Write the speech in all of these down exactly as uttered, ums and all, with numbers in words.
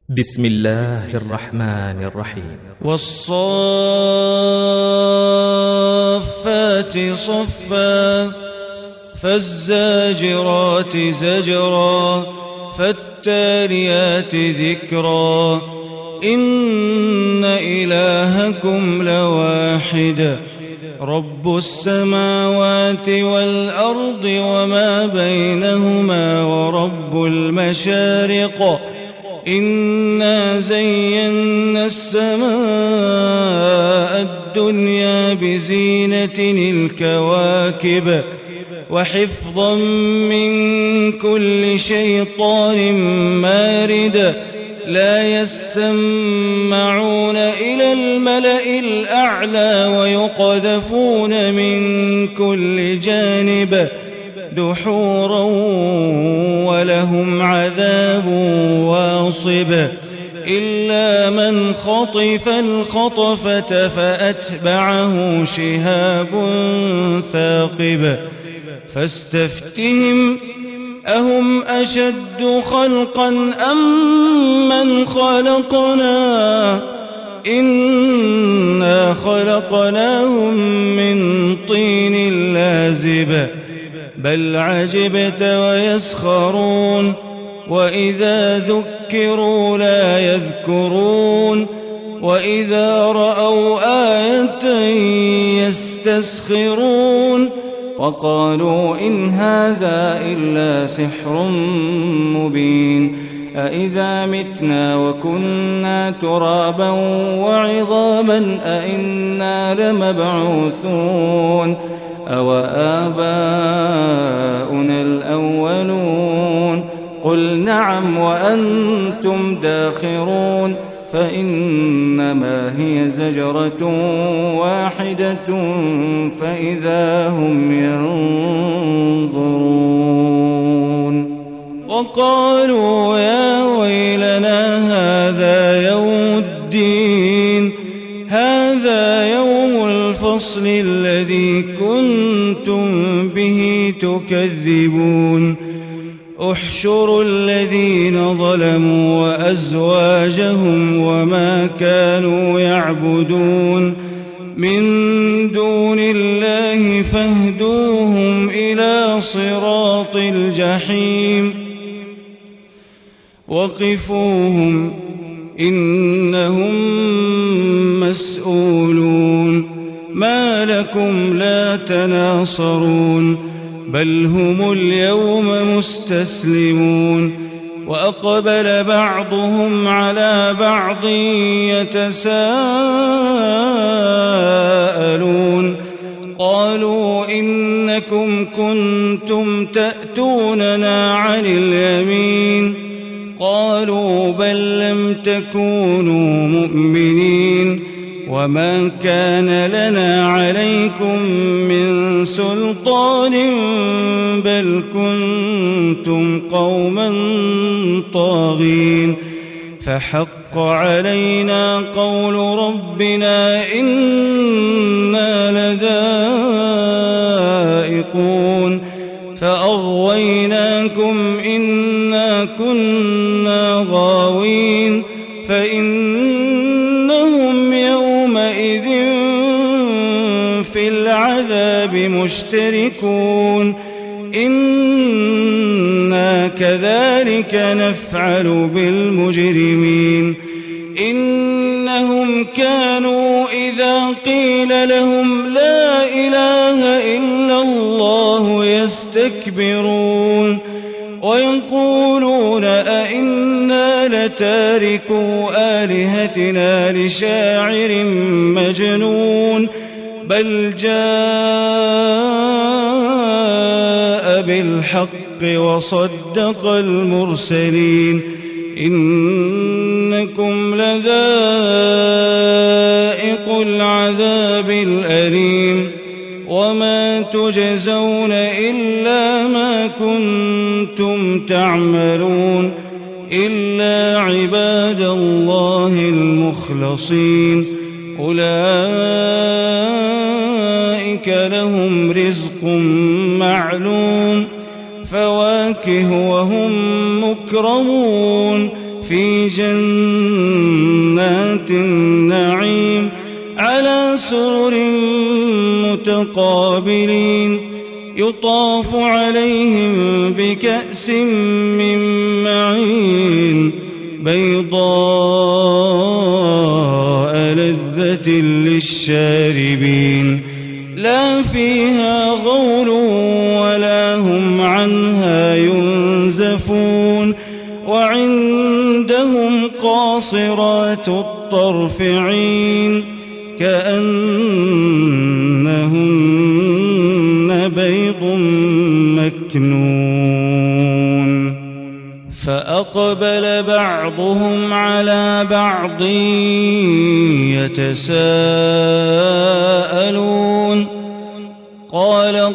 بسم الله الرحمن الرحيم. والصافات صفا فالزاجرات زجرا فالتاليات ذكرا إن إلهكم لواحد رب السماوات والأرض وما بينهما ورب المشارق إنا زينا السماء الدنيا بزينة الكواكب وحفظا من كل شيطان مارد لا يسمعون إلى الملأ الأعلى ويقذفون من كل جانب دحورا ولهم عذاب واصب إلا من خطف الخطفة فأتبعه شهاب ثاقب فاستفتهم أهم أشد خلقا أم من خلقنا إنا خلقناهم من طين لازب بل عجبت ويسخرون وإذا ذكروا لا يذكرون وإذا رأوا آية يستسخرون وقالوا إن هذا إلا سحر مبين أإذا متنا وكنا ترابا وعظاما أإنا لمبعوثون أو آباؤنا الأولون قل نعم وأنتم داخرون فإنما هي زجرة واحدة فإذا هم ينظرون وقالوا يا ويلنا هذا يوم الدين هذا يوم الفصل الذي كنتم به تكذبون احشروا الذين ظلموا وأزواجهم وما كانوا يعبدون من دون الله فاهدوهم إلى صراط الجحيم وقفوهم إنهم مسؤولون ما لكم لا تناصرون بل هم اليوم مستسلمون وأقبل بعضهم على بعض يتساءلون قالوا إنكم كنتم تأتوننا عن اليمين قالوا بل لم تكونوا مؤمنين وما كان لنا عليكم من سلطان بل كنتم قوما طاغين فحق علينا قول ربنا إنا لذائقون فأغويناكم إنا كنا غاوين فإنهم يومئذ في العذاب مشتركون إنا كذلك نفعل بالمجرمين إنهم كانوا إذا قيل لهم لا إله إلا الله يستكبرون ويقولون أئنا لتاركو آلهتنا لشاعر مجنون بل جاء بالحق وصدق المرسلين إنكم لذائق العذاب الأليم وما تجزون إلا ما كنتم تعملون إلا عباد الله المخلصين أولئك لهم رزق معلوم فواكه وهم مكرمون في جنات النعيم على سرر متقابلين يطاف عليهم بكأس من معين بيضاء لذة للشاربين لا فيها غول ولا هم عنها ينزفون وعندهم قاصرات الطرف عين كأنهن بيض مكنون فأقبل بعضهم على بعض يتساءلون قال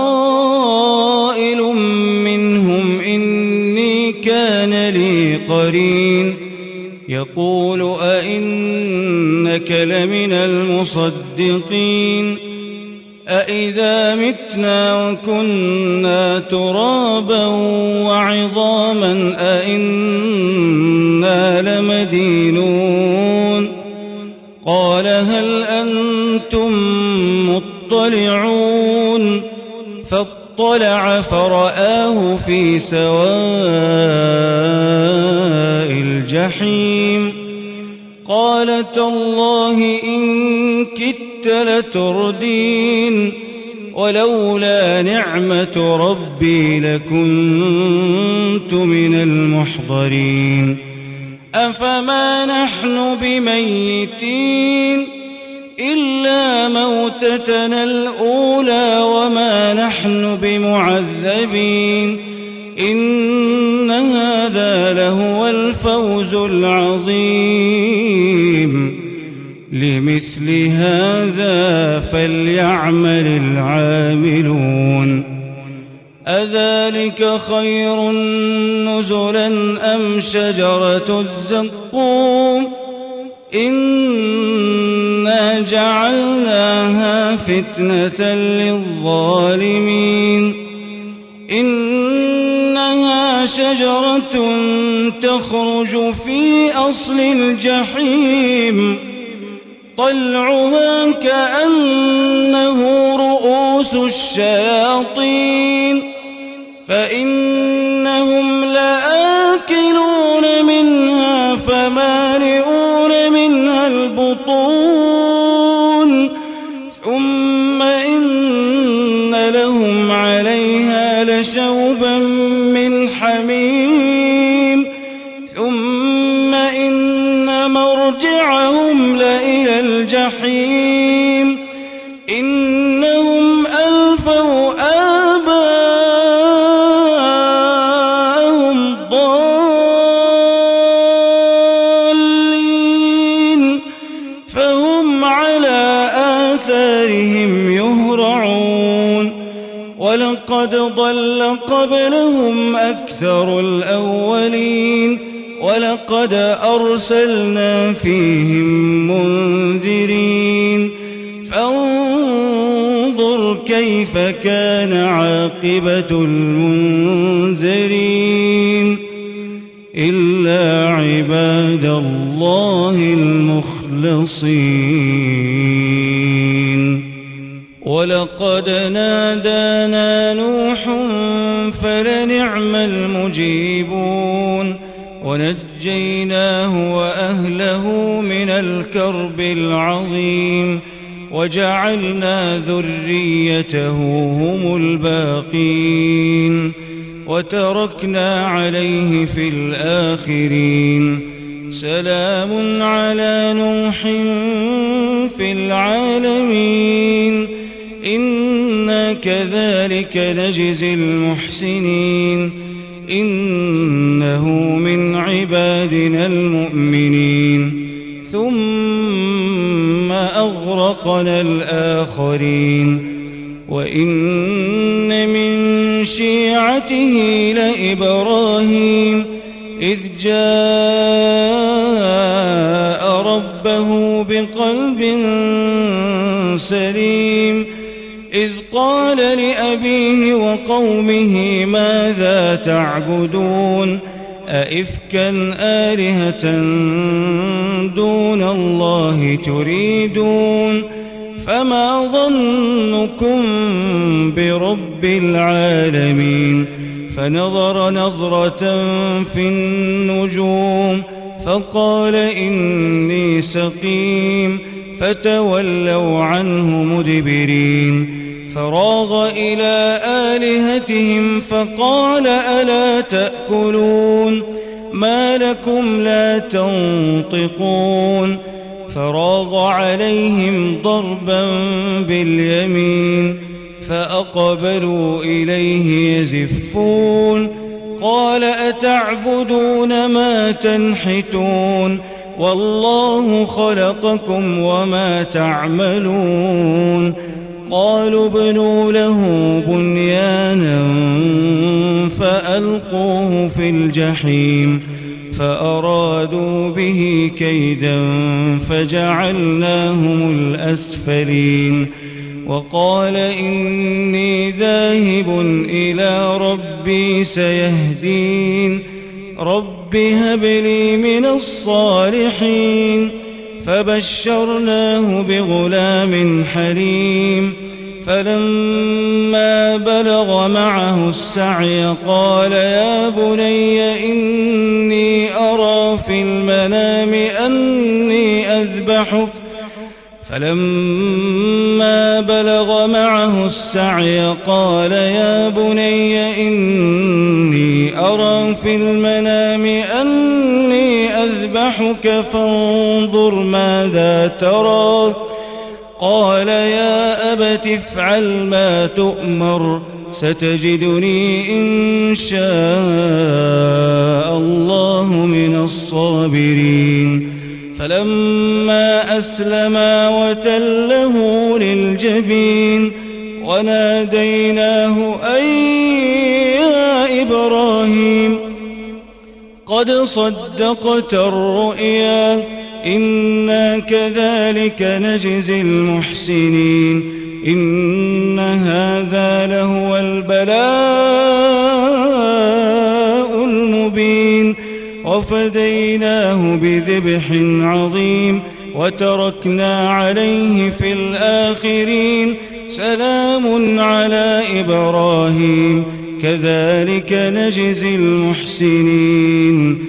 قائل منهم إني كان لي قرين يقول أئنك لمن المصدقين أئذا متنا وكنا ترابا وعظاما أئنا لمدينون قال هل أنتم مطلعون فاطلع فرآه في سواء الجحيم قال تالله إن كدت لتردين ولولا نعمة ربي لكنت من المحضرين أفما نحن بميتين إلا موتتنا الأولى وما نحن بمعذبين إن هذا لهو الفوز العظيم لمثل هذا فليعمل العاملون أذلك خير نزلا أم شجرة الزقوم إنا جعلناها فتنة للظالمين إنها شجرة تخرج في أصل الجحيم طلعها كأنه رؤوس الشياطين فإنهم لآكلون منها فمالئون منها البطون ثم إن لهم عليها لشوبا من حميم ثم إن مرجعهم لإلى الجحيم إنهم ألفوا آباءهم ضالين فهم على آثارهم يهرعون ولقد ضل قبلهم أكثر الأولين ولقد أرسلنا فيهم منذرين فانظر كيف كان عاقبة المنذرين إلا عباد الله المخلصين ولقد نادانا نوح فلنعم المجيبون ونجيناه وأهله من الكرب العظيم وجعلنا ذريته هم الباقين وتركنا عليه في الآخرين سلام على نوح في العالمين إنا كذلك نجزي المحسنين إنه من عبادنا المؤمنين ثم أغرقنا الآخرين وإن من شيعته لإبراهيم إذ جاء ربه بقلب سليم إذ قال لأبيه وقومه ماذا تعبدون أئفكا آلهة دون الله تريدون فما ظنكم برب العالمين فنظر نظرة في النجوم فقال إني سقيم فتولوا عنه مدبرين فراغ إلى آلهتهم فقال ألا تأكلون ما لكم لا تنطقون فراغ عليهم ضربا باليمين فأقبلوا إليه يزفون قال أتعبدون ما تنحتون والله خلقكم وما تعملون قالوا ابنوا له بنيانا فألقوه في الجحيم فأرادوا به كيدا فجعلناهم الأسفلين وقال إني ذاهب إلى ربي سيهدين رب هب لي من الصالحين فبشرناه بغلام حليم فلما بلغ معه السعي قال يا بني إني أرى في المنام أني أذبحك فلما بلغ معه السعي قال يا بني إني أرى في المنام أني أذبحك فانظر ماذا ترى قال يا أبت افعل ما تؤمر ستجدني إن شاء الله من الصابرين فلما أسلما وتله للجبين وناديناه أي يا إبراهيم قد صدقت الرؤيا إنا كذلك نجزي المحسنين إن هذا لهو البلاء المبين وفديناه بذبح عظيم وتركنا عليه في الآخرين سلام على إبراهيم كذلك نجزي المحسنين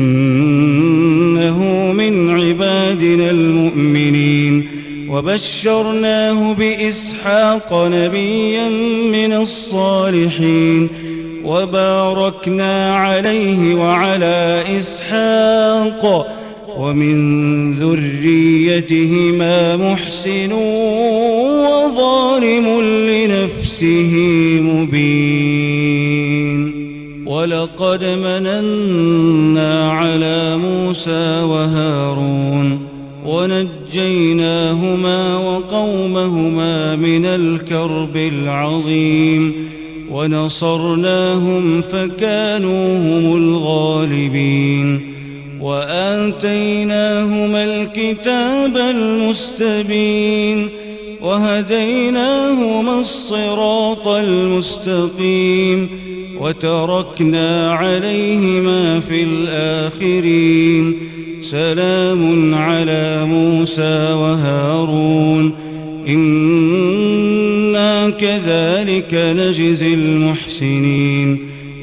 إنه من عبادنا المؤمنين وبشرناه بإسحاق نبيا من الصالحين وباركنا عليه وعلى إسحاق ومن ذريتهما محسن وظالم لنفسه مبين ولقد مننا على موسى وهارون ونجيناهما وقومهما من الكرب العظيم ونصرناهم فكانوا هم الغالبين وآتيناهما الكتاب المستبين وهديناهما الصراط المستقيم وتركنا عليهما في الآخرين سلام على موسى وهارون إنا كذلك نجزي المحسنين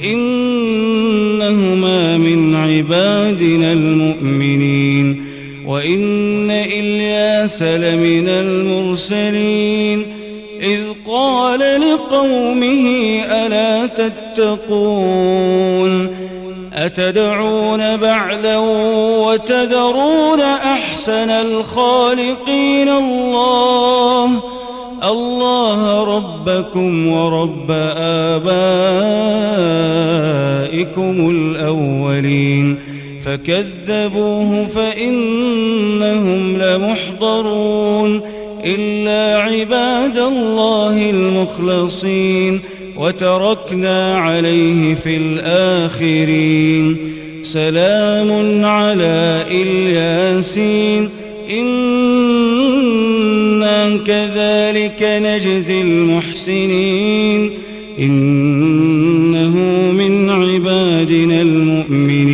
إنهما من عبادنا المؤمنين وإن إلياس لمن المرسلين إذ قال لقومه ألا تتقون أتدعون بعلا وتذرون أحسن الخالقين الله الله ربكم ورب آبائكم الأولين فكذبوه فإنهم لمحضرون إلا عباد الله المخلصين وتركنا عليه في الآخرين سلام على الياسين إنا كذلك نجزي المحسنين إنه من عبادنا المؤمنين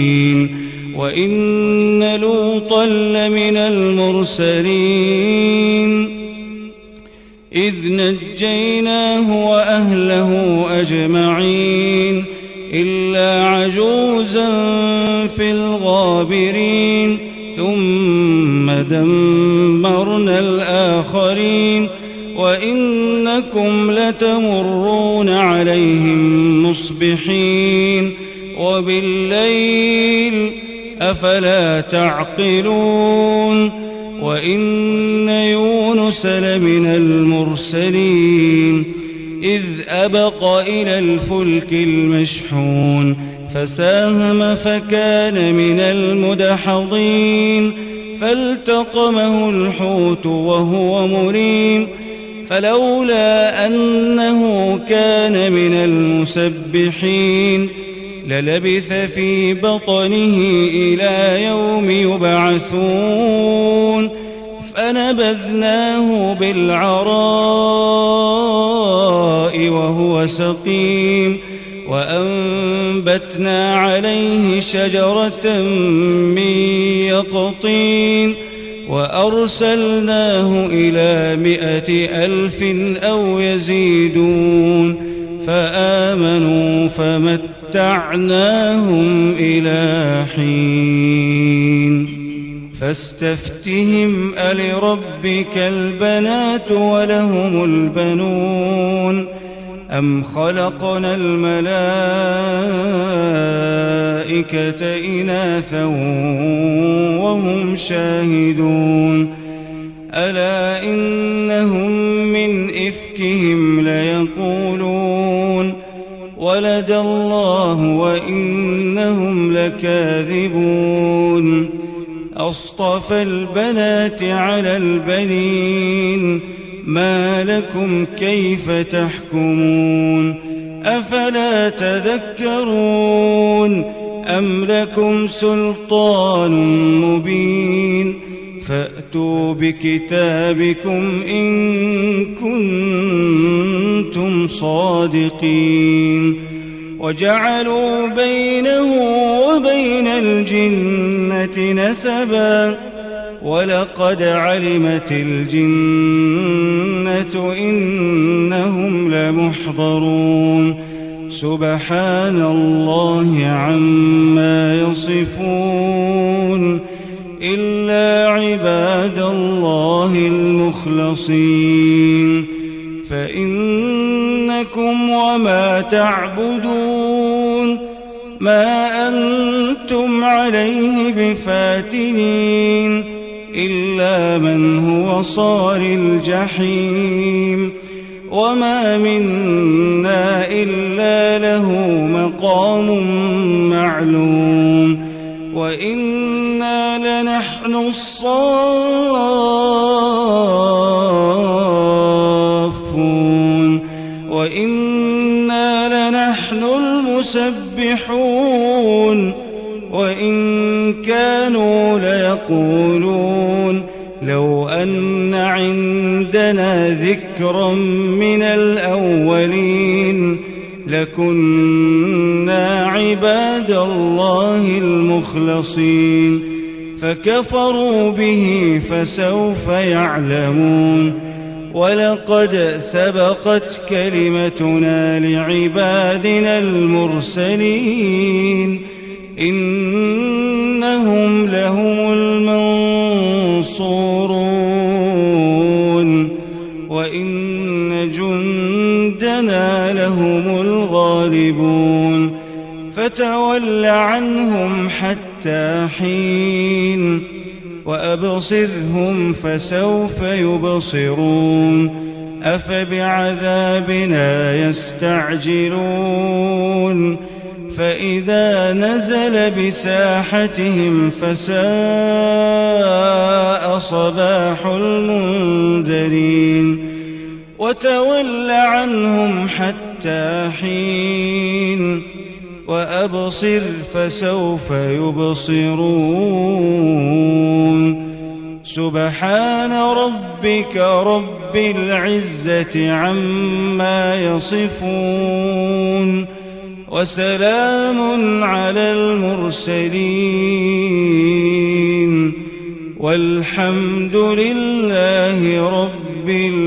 وإن لوطا لمن المرسلين إذ نجيناه وأهله أجمعين إلا عجوزا في الغابرين ثم دمرنا الآخرين وإنكم لتمرون عليهم مصبحين وبالليل أفلا تعقلون وإن يونس لمن المرسلين إذ أبق إلى الفلك المشحون فساهم فكان من المدحضين فالتقمه الحوت وهو مليم فلولا أنه كان من المسبحين للبث في بطنه إلى يوم يبعثون فنبذناه بالعراء وهو سقيم وأنبتنا عليه شجرة من يقطين وأرسلناه إلى مائة ألف أو يزيدون فآمنوا فمتعناهم إلى حين فاستفتهم ألربك البنات ولهم البنون أم خلقنا الملائكة إناثا وهم شاهدون ألا إنهم من إفكهم ليقولون ولد الله وإنهم لكاذبون أصطفى البنات على البنين ما لكم كيف تحكمون أفلا تذكرون أم لكم سلطان مبين فأتوا بكتابكم إن كنتم صادقين وجعلوا بينه وبين الجنة نسبا ولقد علمت الجنة إنهم لمحضرون سبحان الله عما يصفون إلا عباد الله المخلصين فإنكم وما تعبدون ما أنتم عليه بفاتنين إلا من هو صال الجحيم وما منا إلا له مقام معلوم وإنا لنحن الصافون وإنا لنحن المسبحون وإن كانوا ليقولون لو أن عندنا ذكرا من الأولين لكنا عباد الله المخلصين فكفروا به فسوف يعلمون ولقد سبقت كلمتنا لعبادنا المرسلين إنهم لهم المنصورون وإن جندنا لهم الغالبون فتول عنهم حتى حين وأبصرهم فسوف يبصرون أفبعذابنا يستعجلون فإذا نزل بساحتهم فساء صباح المنذرين وتول عنهم حتى حين وأبصر فسوف يبصرون سبحان ربك رب العزة عما يصفون وسلام على المرسلين والحمد لله رب العالمين.